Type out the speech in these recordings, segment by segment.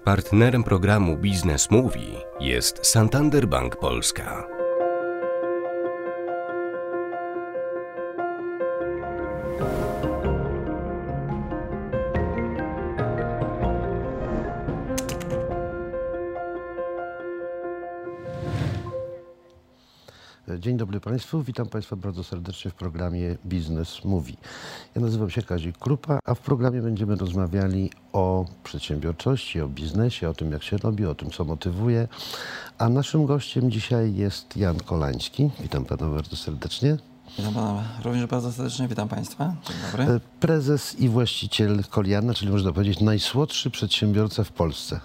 Partnerem programu Biznes Mówi jest Santander Bank Polska. Dzień dobry Państwu, witam Państwa bardzo serdecznie w programie Biznes Mówi. Ja nazywam się Kazik Krupa, a w programie będziemy rozmawiali o przedsiębiorczości, o biznesie, o tym jak się robi, o tym co motywuje. A naszym gościem dzisiaj jest Jan Kolański. Witam Pana bardzo serdecznie. Witam Pana również bardzo serdecznie, witam Państwa. Dzień dobry. Prezes i właściciel Koliana, czyli można powiedzieć najsłodszy przedsiębiorca w Polsce.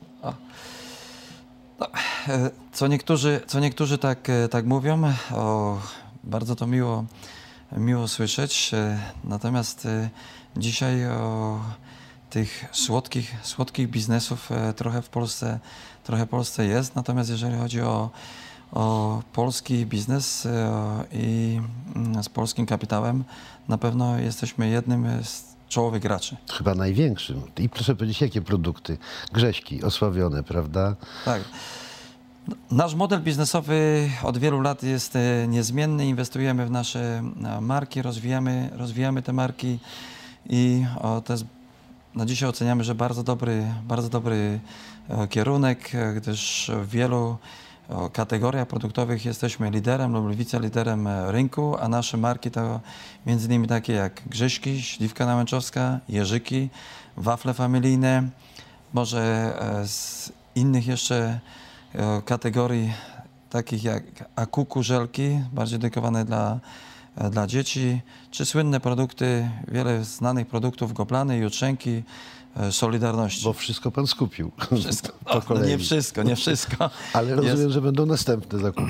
No, co niektórzy tak mówią, bardzo to miło słyszeć, natomiast dzisiaj tych słodkich biznesów trochę w Polsce jest, natomiast jeżeli chodzi o polski biznes i z polskim kapitałem, na pewno jesteśmy jednym z czołowych graczy. Chyba największym. I proszę powiedzieć, jakie produkty? Grześki osławione, prawda? Tak. Nasz model biznesowy od wielu lat jest niezmienny. Inwestujemy w nasze marki, rozwijamy te marki i to jest, na dzisiaj oceniamy, że bardzo dobry kierunek, gdyż w wielu kategoriach produktowych jesteśmy liderem lub wiceliderem rynku, a nasze marki to między innymi takie jak Grześki, Śliwka Nałęczowska, Jerzyki, wafle familijne, może z innych jeszcze kategorii takich jak Akuku, żelki, bardziej dedykowane dla dzieci, czy słynne produkty, wiele znanych produktów, Goplany, Jutrzenki, Solidarności. Bo wszystko Pan skupił. Wszystko. No, nie wszystko. Ale rozumiem, że będą następne zakupy.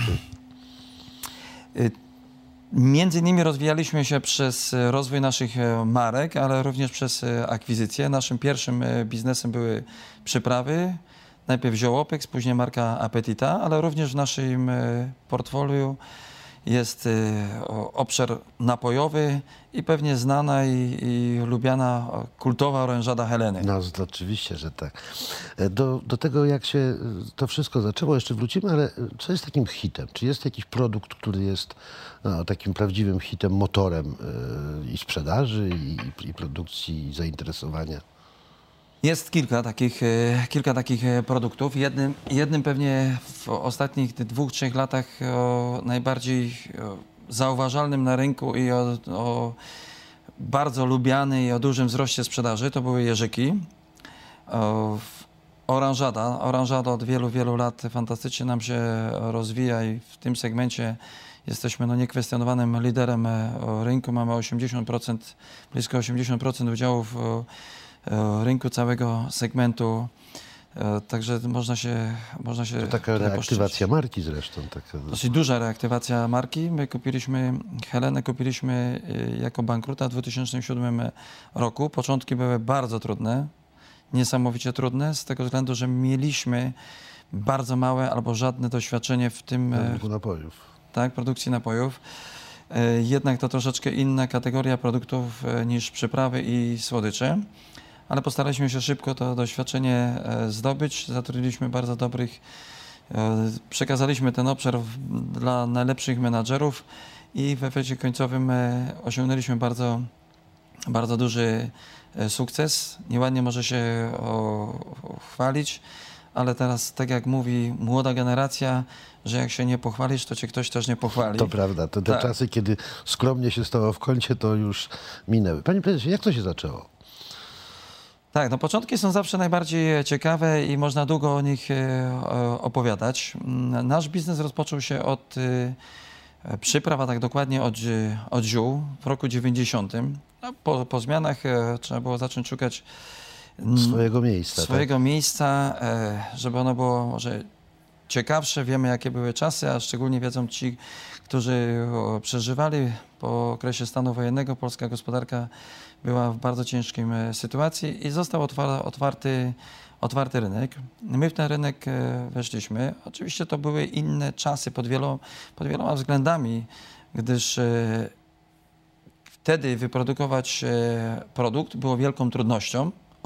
Między innymi rozwijaliśmy się przez rozwój naszych marek, ale również przez akwizycje. Naszym pierwszym biznesem były przyprawy. Najpierw Ziołopek, później marka Appetita, ale również w naszym portfolio jest obszar napojowy i pewnie znana i lubiana kultowa orężada Heleny. No to oczywiście, że tak. Do tego, jak się to wszystko zaczęło, jeszcze wrócimy, ale co jest takim hitem? Czy jest jakiś produkt, który jest takim prawdziwym hitem, motorem i sprzedaży, i produkcji, i zainteresowania? Jest kilka takich produktów. Jednym pewnie w ostatnich 2-3 latach najbardziej zauważalnym na rynku i o bardzo lubiany i o dużym wzroście sprzedaży to były Jerzyki. Oranżada od wielu lat fantastycznie nam się rozwija i w tym segmencie jesteśmy niekwestionowanym liderem rynku. Mamy 80%, blisko 80% udziałów rynku całego segmentu, także można się to taka reaktywacja marki zresztą. Dosyć duża reaktywacja marki. My Helenę kupiliśmy jako bankruta w 2007 roku. Początki były bardzo trudne, niesamowicie trudne, z tego względu, że mieliśmy bardzo małe albo żadne doświadczenie w tym rynku napojów. Tak, produkcji napojów. Jednak to troszeczkę inna kategoria produktów niż przyprawy i słodycze. Ale postaraliśmy się szybko to doświadczenie zdobyć. Zatrudniliśmy bardzo dobrych, przekazaliśmy ten obszar dla najlepszych menadżerów i w efekcie końcowym osiągnęliśmy bardzo duży sukces. Nieładnie może się chwalić, ale teraz, tak jak mówi młoda generacja, że jak się nie pochwalisz, to cię ktoś też nie pochwali. To prawda. Te czasy, kiedy skromnie się stało w kącie, to już minęły. Panie prezesie, jak to się zaczęło? Tak, no początki są zawsze najbardziej ciekawe i można długo o nich opowiadać. Nasz biznes rozpoczął się od przypraw, a tak dokładnie od ziół w roku 90. No, po zmianach trzeba było zacząć szukać swojego miejsca, żeby ono było może ciekawsze. Wiemy, jakie były czasy, a szczególnie wiedzą ci, którzy przeżywali po okresie stanu wojennego. Polska gospodarka była w bardzo ciężkiej sytuacji i został otwarty rynek. My w ten rynek weszliśmy. Oczywiście to były inne czasy pod wieloma względami, gdyż wtedy wyprodukować produkt było wielką trudnością.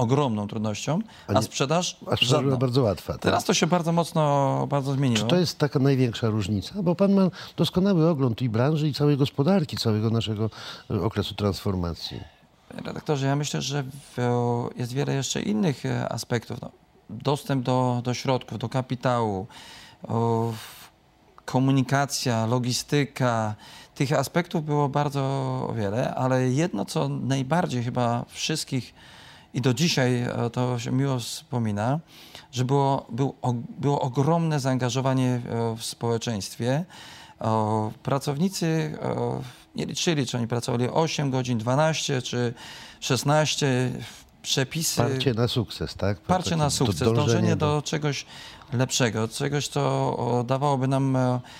ogromną trudnością, a sprzedaż żadną. bardzo łatwa. Tak? Teraz to się bardzo zmieniło. Czy to jest taka największa różnica? Bo pan ma doskonały ogląd i branży, i całej gospodarki, całego naszego okresu transformacji. Panie redaktorze, ja myślę, że jest wiele jeszcze innych aspektów. No, dostęp do środków, do kapitału, komunikacja, logistyka. Tych aspektów było bardzo wiele, ale jedno, co najbardziej chyba wszystkich i do dzisiaj to się miło wspomina, że było ogromne zaangażowanie w społeczeństwie. Pracownicy nie liczyli, czy oni pracowali 8 godzin, 12 czy 16. Przepisy. Parcie na sukces, tak? Parcie na sukces, dążenie do czegoś lepszego, czegoś, co dawałoby nam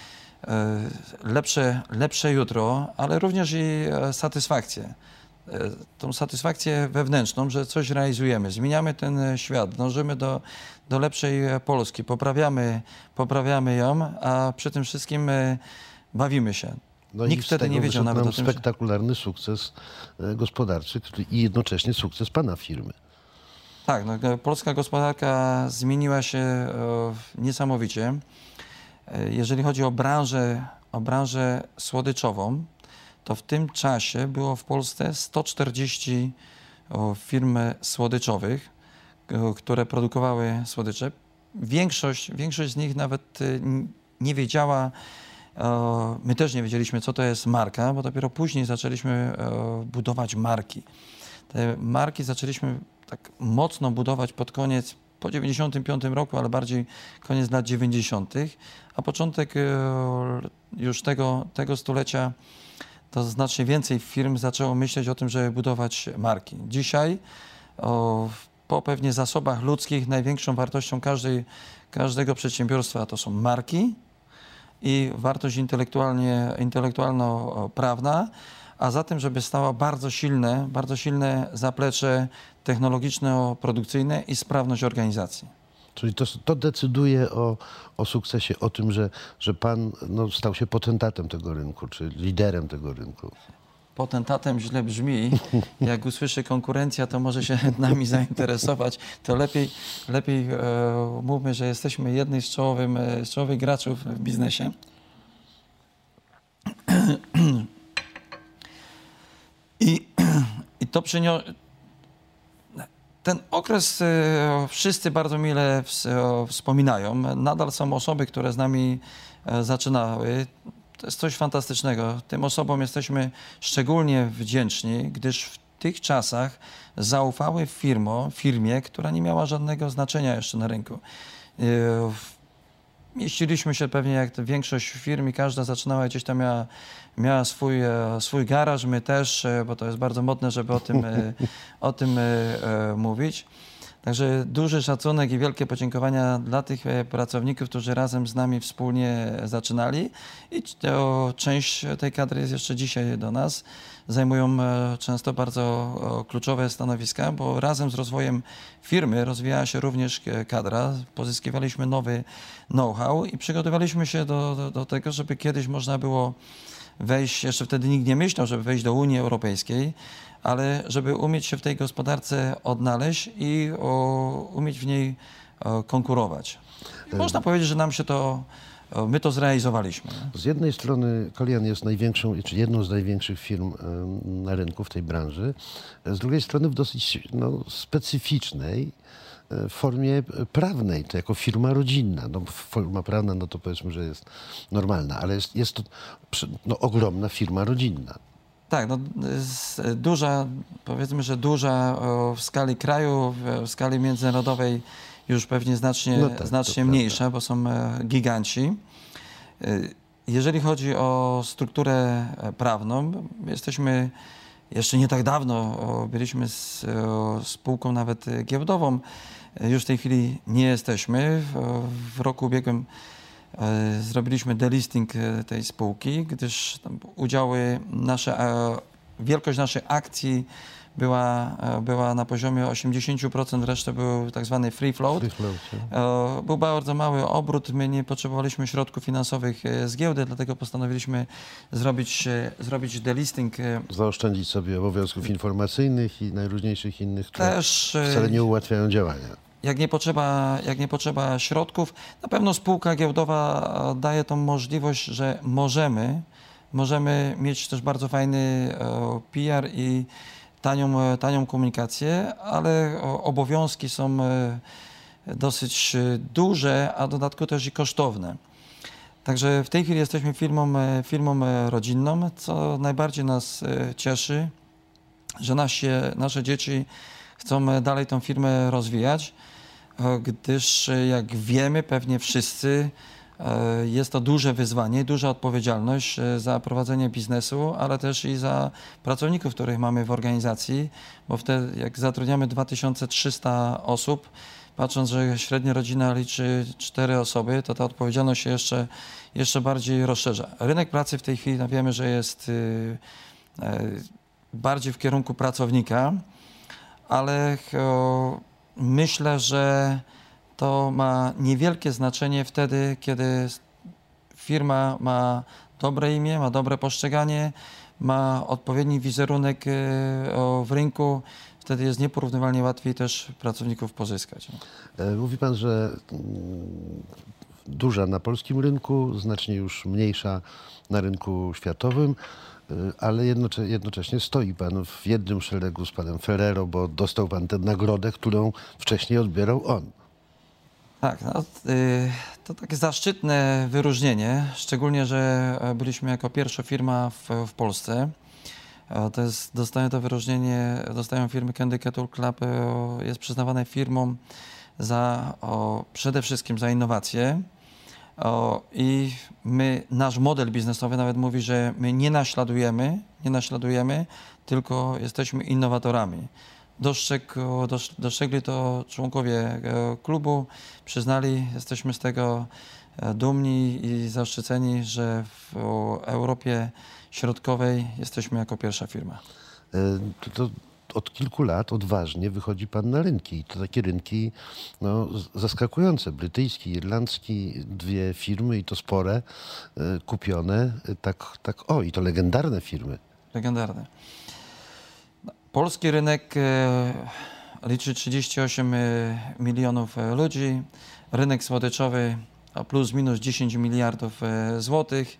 lepsze jutro, ale również i satysfakcję. Tą satysfakcję wewnętrzną, że coś realizujemy, zmieniamy ten świat, dążymy do lepszej Polski, poprawiamy ją, a przy tym wszystkim bawimy się. No Nikt wtedy nie wiedział nawet o tym, spektakularny sukces gospodarczy i jednocześnie sukces pana firmy. Tak, no, polska gospodarka zmieniła się niesamowicie. Jeżeli chodzi o branżę słodyczową, to w tym czasie było w Polsce 140 firm słodyczowych, które produkowały słodycze. Większość z nich nawet nie wiedziała, my też nie wiedzieliśmy, co to jest marka, bo dopiero później zaczęliśmy budować marki. Te marki zaczęliśmy tak mocno budować po 95 roku, ale bardziej koniec lat 90., a początek już tego stulecia to znacznie więcej firm zaczęło myśleć o tym, żeby budować marki. Dzisiaj po pewnie zasobach ludzkich największą wartością każdego przedsiębiorstwa to są marki i wartość intelektualno-prawna, a za tym, żeby stało bardzo silne zaplecze technologiczno-produkcyjne i sprawność organizacji. Czyli to decyduje o sukcesie, o tym, że pan stał się potentatem tego rynku, czy liderem tego rynku. Potentatem źle brzmi. Jak usłyszy konkurencja, to może się nami zainteresować. To lepiej mówmy, że jesteśmy jednym z czołowych graczów w biznesie. I to ten okres wszyscy bardzo mile wspominają. Nadal są osoby, które z nami zaczynały. To jest coś fantastycznego. Tym osobom jesteśmy szczególnie wdzięczni, gdyż w tych czasach zaufały firmie, która nie miała żadnego znaczenia jeszcze na rynku. Mieściliśmy się pewnie jak większość firm i każda zaczynała gdzieś tam miała swój garaż, my też, bo to jest bardzo modne, żeby o tym mówić. Także duży szacunek i wielkie podziękowania dla tych pracowników, którzy razem z nami wspólnie zaczynali i część tej kadry jest jeszcze dzisiaj do nas. Zajmują często bardzo kluczowe stanowiska, bo razem z rozwojem firmy rozwijała się również kadra. Pozyskiwaliśmy nowy know-how i przygotowaliśmy się do tego, żeby kiedyś można było wejść, jeszcze wtedy nikt nie myślał, żeby wejść do Unii Europejskiej, ale żeby umieć się w tej gospodarce odnaleźć i umieć w niej konkurować. I można powiedzieć, że my to zrealizowaliśmy. Z jednej strony Kolian jest największą, czy jedną z największych firm na rynku w tej branży, z drugiej strony w dosyć specyficznej formie prawnej, to jako firma rodzinna. Forma prawna, to powiedzmy, że jest normalna, ale jest to ogromna firma rodzinna. Tak, duża, powiedzmy, że duża w skali kraju, w skali międzynarodowej już pewnie znacznie mniejsza, bo są giganci. Jeżeli chodzi o strukturę prawną, jesteśmy jeszcze nie tak dawno, byliśmy z spółką nawet giełdową, już w tej chwili nie jesteśmy. W roku ubiegłym zrobiliśmy delisting tej spółki, gdyż wielkość naszych akcji była na poziomie 80%, resztę był tak zwany free float. Był bardzo mały obrót, my nie potrzebowaliśmy środków finansowych z giełdy, dlatego postanowiliśmy zrobić delisting. Zaoszczędzić sobie obowiązków informacyjnych i najróżniejszych innych, które Też wcale nie ułatwiają działania. Jak nie potrzeba środków, na pewno spółka giełdowa daje tą możliwość, że możemy mieć też bardzo fajny PR i tanią komunikację, ale obowiązki są dosyć duże, a w dodatku też i kosztowne. Także w tej chwili jesteśmy firmą rodzinną, co najbardziej nas cieszy, że nasze dzieci chcą dalej tą firmę rozwijać, gdyż jak wiemy, pewnie wszyscy, jest to duże wyzwanie, duża odpowiedzialność za prowadzenie biznesu, ale też i za pracowników, których mamy w organizacji, bo wtedy jak zatrudniamy 2300 osób, patrząc, że średnia rodzina liczy 4 osoby, to ta odpowiedzialność się jeszcze bardziej rozszerza. Rynek pracy w tej chwili wiemy, że jest bardziej w kierunku pracownika, ale myślę, że to ma niewielkie znaczenie wtedy, kiedy firma ma dobre imię, ma dobre postrzeganie, ma odpowiedni wizerunek w rynku. Wtedy jest nieporównywalnie łatwiej też pracowników pozyskać. Mówi pan, że duża na polskim rynku, znacznie już mniejsza na rynku światowym, ale jednocześnie stoi pan w jednym szeregu z panem Ferrero, bo dostał pan tę nagrodę, którą wcześniej odbierał on. Tak, no, to takie zaszczytne wyróżnienie, szczególnie, że byliśmy jako pierwsza firma w Polsce. Dostają to wyróżnienie, dostają firmy Candy Kettle Club, jest przyznawane firmom przede wszystkim za innowacje. I nasz model biznesowy nawet mówi, że my nie naśladujemy, tylko jesteśmy innowatorami. Dostrzegli to członkowie klubu, przyznali, jesteśmy z tego dumni i zaszczyceni, że w Europie Środkowej jesteśmy jako pierwsza firma. To od kilku lat odważnie wychodzi pan na rynki. I to takie rynki zaskakujące. Brytyjski, irlandzki, 2 firmy i to spore, kupione. I to legendarne firmy. Legendarne. Polski rynek liczy 38 milionów ludzi. Rynek słodyczowy plus minus 10 miliardów złotych.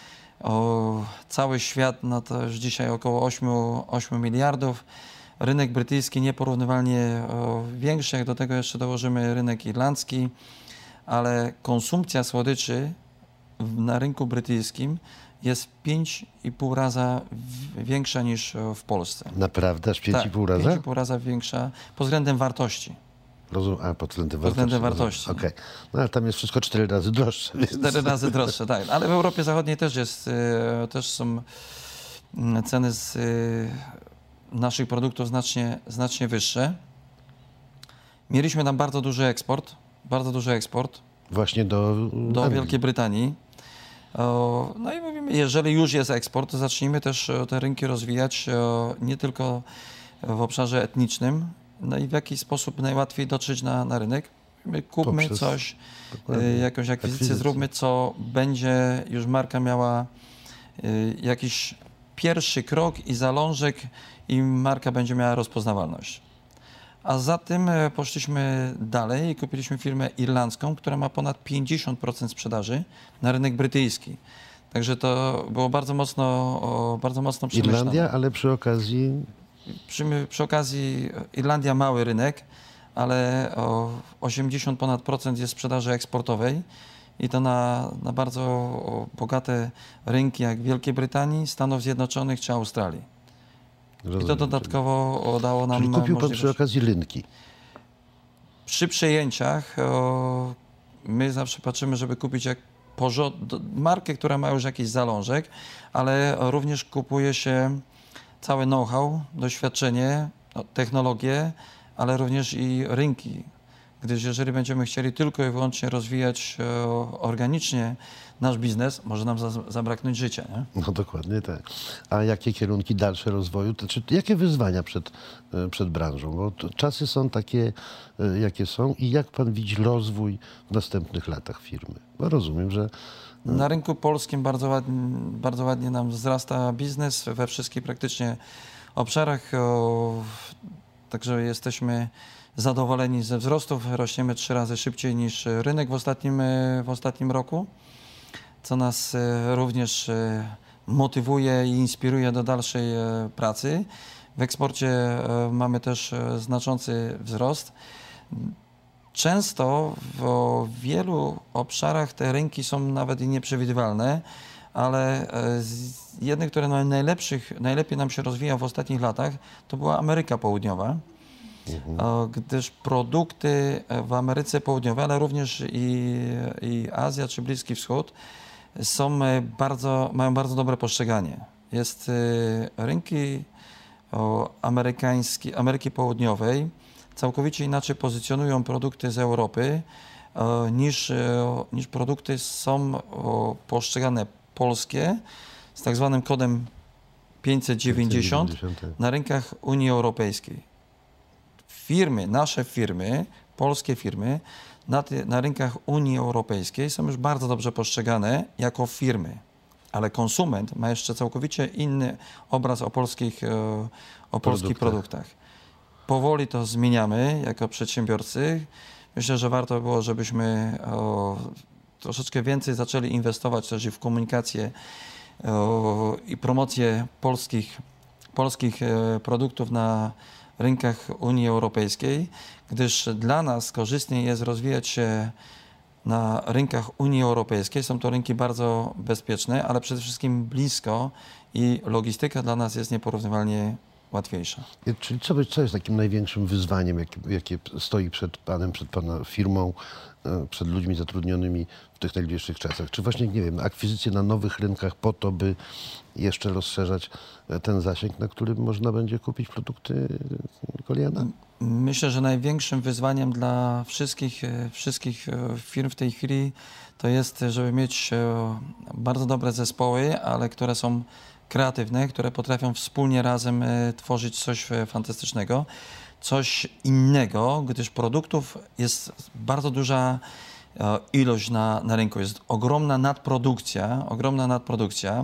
Cały świat to już dzisiaj około 8 miliardów. Rynek brytyjski nieporównywalnie większy, jak do tego jeszcze dołożymy rynek irlandzki, ale konsumpcja słodyczy na rynku brytyjskim jest 5,5 raza większa niż w Polsce. Naprawdę? Aż 5,5 raza? 5,5 raza większa pod względem wartości. Rozumiem, pod względem wartości. Pod względem wartości. Okay. No ale tam jest wszystko 4 razy droższe. Więc... 4 razy droższe, tak. Ale w Europie Zachodniej też są ceny z naszych produktów znacznie wyższe. Mieliśmy tam bardzo duży eksport. Właśnie do Wielkiej Brytanii. No i mówimy, jeżeli już jest eksport, to zacznijmy też te rynki rozwijać nie tylko w obszarze etnicznym, no i w jaki sposób najłatwiej dotrzeć na rynek. Kupmy coś, jakąś akwizycję zróbmy, co będzie już marka miała jakiś pierwszy krok i zalążek i marka będzie miała rozpoznawalność. A za tym poszliśmy dalej i kupiliśmy firmę irlandzką, która ma ponad 50% sprzedaży na rynek brytyjski. Także to było bardzo mocno przemyślane. Irlandia, ale przy okazji... Przy okazji Irlandia mały rynek, ale 80% ponad jest sprzedaży eksportowej i to na bardzo bogate rynki jak Wielkiej Brytanii, Stanów Zjednoczonych czy Australii. Rozumiem. I to dodatkowo dało nam możliwość. Kupił pan możliwość. przy okazji rynki? Przy przejęciach my zawsze patrzymy, żeby kupić markę, która ma już jakiś zalążek, ale również kupuje się cały know-how, doświadczenie, technologię, ale również i rynki. gdyż jeżeli będziemy chcieli tylko i wyłącznie rozwijać organicznie nasz biznes, może nam zabraknąć życia. Nie? No dokładnie tak. A jakie kierunki dalsze rozwoju, to czy jakie wyzwania przed branżą? Bo czasy są takie, jakie są i jak pan widzi rozwój w następnych latach firmy? Bo rozumiem, że Na rynku polskim bardzo ładnie nam wzrasta biznes we wszystkich praktycznie obszarach, także jesteśmy zadowoleni ze wzrostów. Rośniemy 3 razy szybciej niż rynek w ostatnim roku, co nas również motywuje i inspiruje do dalszej pracy. W eksporcie mamy też znaczący wzrost. Często w wielu obszarach te rynki są nawet i nieprzewidywalne, ale jedne, które najlepiej nam się rozwija w ostatnich latach, to była Ameryka Południowa, gdyż produkty w Ameryce Południowej, ale również i Azja czy Bliski Wschód mają bardzo dobre postrzeganie. Jest rynki Ameryki Południowej całkowicie inaczej pozycjonują produkty z Europy niż produkty są postrzegane polskie z tak zwanym kodem 590 na rynkach Unii Europejskiej. Nasze firmy, polskie firmy na rynkach Unii Europejskiej są już bardzo dobrze postrzegane jako firmy, ale konsument ma jeszcze całkowicie inny obraz o polskich produktach. Powoli to zmieniamy jako przedsiębiorcy. Myślę, że warto było, żebyśmy troszeczkę więcej zaczęli inwestować też i w komunikację i promocję polskich produktów na rynkach Unii Europejskiej, gdyż dla nas korzystniej jest rozwijać się na rynkach Unii Europejskiej. Są to rynki bardzo bezpieczne, ale przede wszystkim blisko i logistyka dla nas jest nieporównywalnie łatwiejsza. Czyli co jest takim największym wyzwaniem, jakie stoi przed panem, przed pana firmą, przed ludźmi zatrudnionymi w tych najbliższych czasach? Czy właśnie, nie wiem, akwizycje na nowych rynkach po to, by jeszcze rozszerzać ten zasięg, na którym można będzie kupić produkty Goliana? Myślę, że największym wyzwaniem dla wszystkich firm w tej chwili to jest, żeby mieć bardzo dobre zespoły, ale które są kreatywne, które potrafią wspólnie razem tworzyć coś fantastycznego, coś innego, gdyż produktów jest bardzo duża ilość na rynku. Jest ogromna nadprodukcja.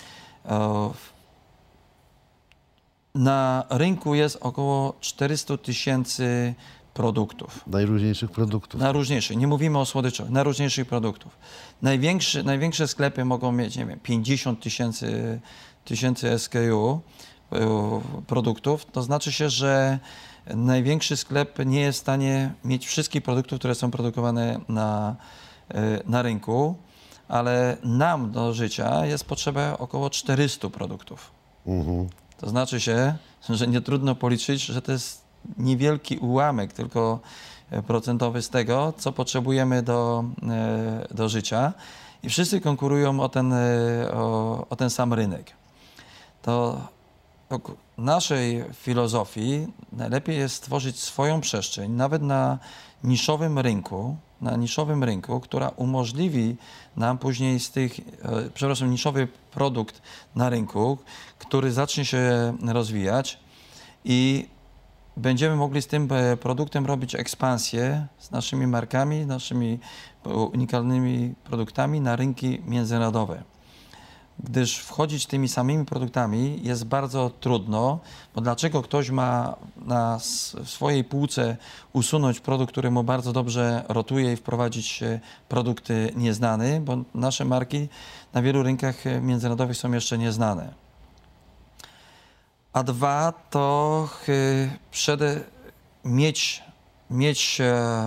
Na rynku jest około 400 000 produktów. Najróżniejszych produktów. Najróżniejszych. Nie mówimy o słodyczach. Najróżniejszych produktów. Największe sklepy mogą mieć, nie wiem, 50 000 SKU produktów. To znaczy się, że największy sklep nie jest w stanie mieć wszystkich produktów, które są produkowane na rynku, ale nam do życia jest potrzeba około 400 produktów. To znaczy się, że nie trudno policzyć, że to jest niewielki ułamek tylko procentowy z tego, co potrzebujemy do życia i wszyscy konkurują o ten sam rynek. To w naszej filozofii najlepiej jest stworzyć swoją przestrzeń, nawet na niszowym rynku, która umożliwi nam później niszowy produkt na rynku, który zacznie się rozwijać i będziemy mogli z tym produktem robić ekspansję z naszymi markami, naszymi unikalnymi produktami na rynki międzynarodowe. Gdyż wchodzić tymi samymi produktami jest bardzo trudno, bo dlaczego ktoś ma w swojej półce usunąć produkt, który mu bardzo dobrze rotuje i wprowadzić produkty nieznane, bo nasze marki na wielu rynkach międzynarodowych są jeszcze nieznane. A dwa to mieć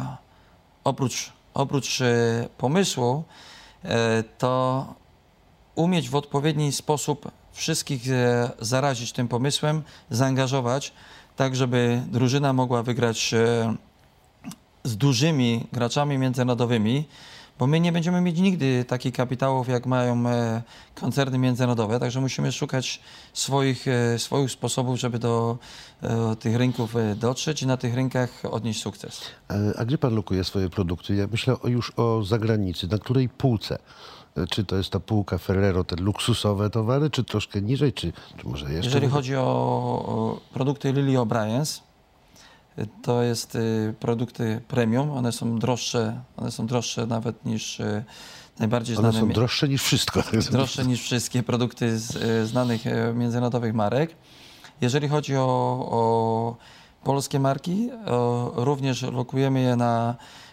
oprócz pomysłu, to umieć w odpowiedni sposób wszystkich zarazić tym pomysłem, zaangażować, tak żeby drużyna mogła wygrać z dużymi graczami międzynarodowymi, bo my nie będziemy mieć nigdy takich kapitałów, jak mają koncerny międzynarodowe, także musimy szukać swoich sposobów, żeby do tych rynków dotrzeć i na tych rynkach odnieść sukces. A gdzie pan lokuje swoje produkty? Ja myślę już o zagranicy. Na której półce? Czy to jest ta półka Ferrero, te luksusowe towary, czy troszkę niżej, czy może jeszcze... Jeżeli chodzi o produkty Lilly O'Brien's, to jest produkty premium. One są droższe nawet niż najbardziej znane... One są droższe niż wszystko. Droższe niż wszystkie produkty znanych międzynarodowych marek. Jeżeli chodzi o polskie marki, również lokujemy je na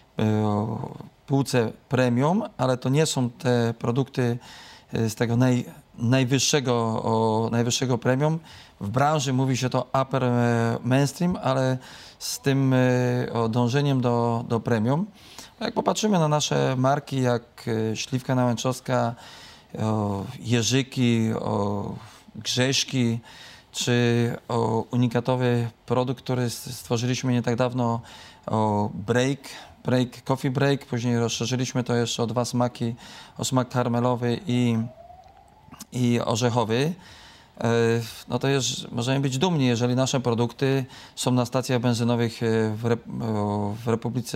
półce premium, ale to nie są te produkty z tego najwyższego premium. W branży mówi się to upper mainstream, ale z tym dążeniem do premium. Jak popatrzymy na nasze marki, jak Śliwka Nałęczowska, Jerzyki, Grześki, czy unikatowy produkt, który stworzyliśmy nie tak dawno, Coffee Break, później rozszerzyliśmy to jeszcze o 2 smaki, o smak karmelowy i orzechowy. No to już możemy być dumni, jeżeli nasze produkty są na stacjach benzynowych w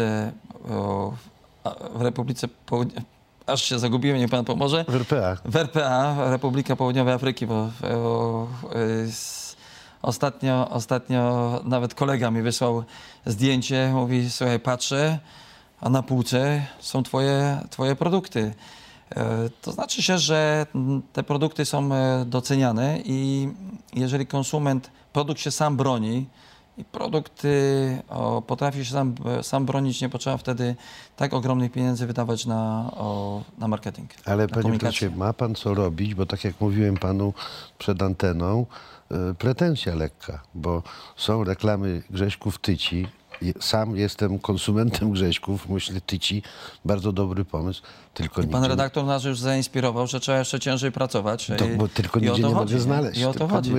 Republice Południowej. Aż się zagubiłem, niech pan pomoże. W RPA. W RPA, Republika Południowej Afryki, bo ostatnio nawet kolega mi wysłał zdjęcie, mówi, słuchaj, patrzę, a na półce są twoje produkty. To znaczy się, że te produkty są doceniane i jeżeli produkt się sam broni i produkt potrafi się sam bronić, nie potrzeba wtedy tak ogromnych pieniędzy wydawać na marketing. Ale panie prezesie, ma pan co robić, bo tak jak mówiłem panu przed anteną, pretensja lekka, bo są reklamy Grześków Tyci. Sam jestem konsumentem Grześków, myślę, Tyci, bardzo dobry pomysł. Tylko pan redaktor nas już zainspirował, że trzeba jeszcze ciężej pracować. Bo tylko nigdzie nie mogę znaleźć. I o to chodzi.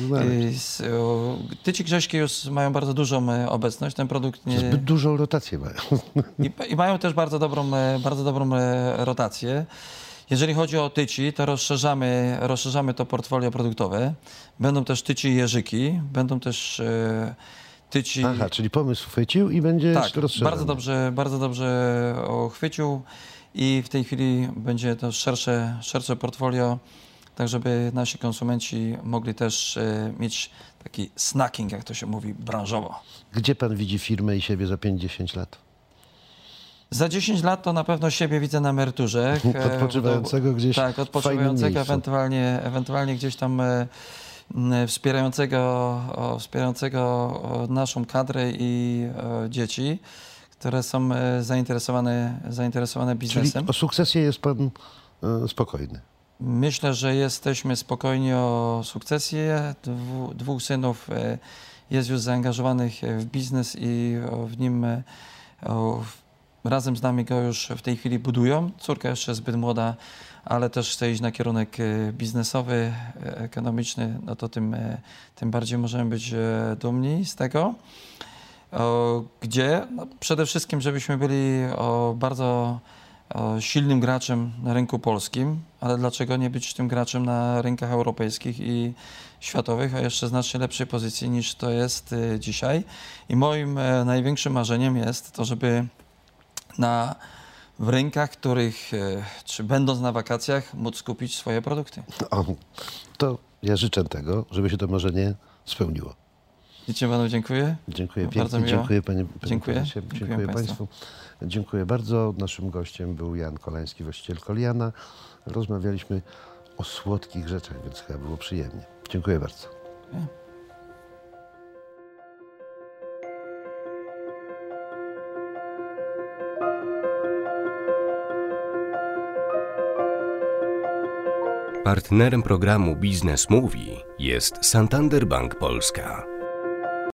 Tyci Grześki już mają bardzo dużą obecność. Ten produkt zbyt dużą rotację mają. I mają też bardzo dobrą rotację. Jeżeli chodzi o Tyci, to rozszerzamy to portfolio produktowe. Będą też Tyci i Jerzyki, będą też Tyci... Aha, czyli pomysł chwycił i będzie rozszerzony. Bardzo dobrze chwycił i w tej chwili będzie to szersze portfolio, tak żeby nasi konsumenci mogli też mieć taki snacking, jak to się mówi, branżowo. Gdzie pan widzi firmę i siebie za 5-10 lat? Za 10 lat to na pewno siebie widzę na emeryturze. Odpoczywającego gdzieś tak, odpoczywającego, ewentualnie gdzieś tam wspierającego naszą kadrę i dzieci, które są zainteresowane biznesem. Czyli o sukcesję jest pan spokojny? Myślę, że jesteśmy spokojni o sukcesję. 2 synów jest już zaangażowanych w biznes i w nim razem z nami go już w tej chwili budują. Córka jeszcze zbyt młoda, ale też chce iść na kierunek biznesowy, ekonomiczny, no to tym bardziej możemy być dumni z tego. Gdzie? No przede wszystkim, żebyśmy byli bardzo silnym graczem na rynku polskim, ale dlaczego nie być tym graczem na rynkach europejskich i światowych, a jeszcze znacznie lepszej pozycji niż to jest dzisiaj. I moim największym marzeniem jest to, żeby w rynkach, których, czy będąc na wakacjach, móc kupić swoje produkty. To ja życzę tego, żeby się to marzenie spełniło. Dziękuję panu, dziękuję. Dziękuję pięknie. Dziękuję panie prezesie. Dziękuję państwu. Dziękuję bardzo. Naszym gościem był Jan Kolański, właściciel Koliana. Rozmawialiśmy o słodkich rzeczach, więc chyba było przyjemnie. Dziękuję bardzo. Partnerem programu Biznes Mówi jest Santander Bank Polska.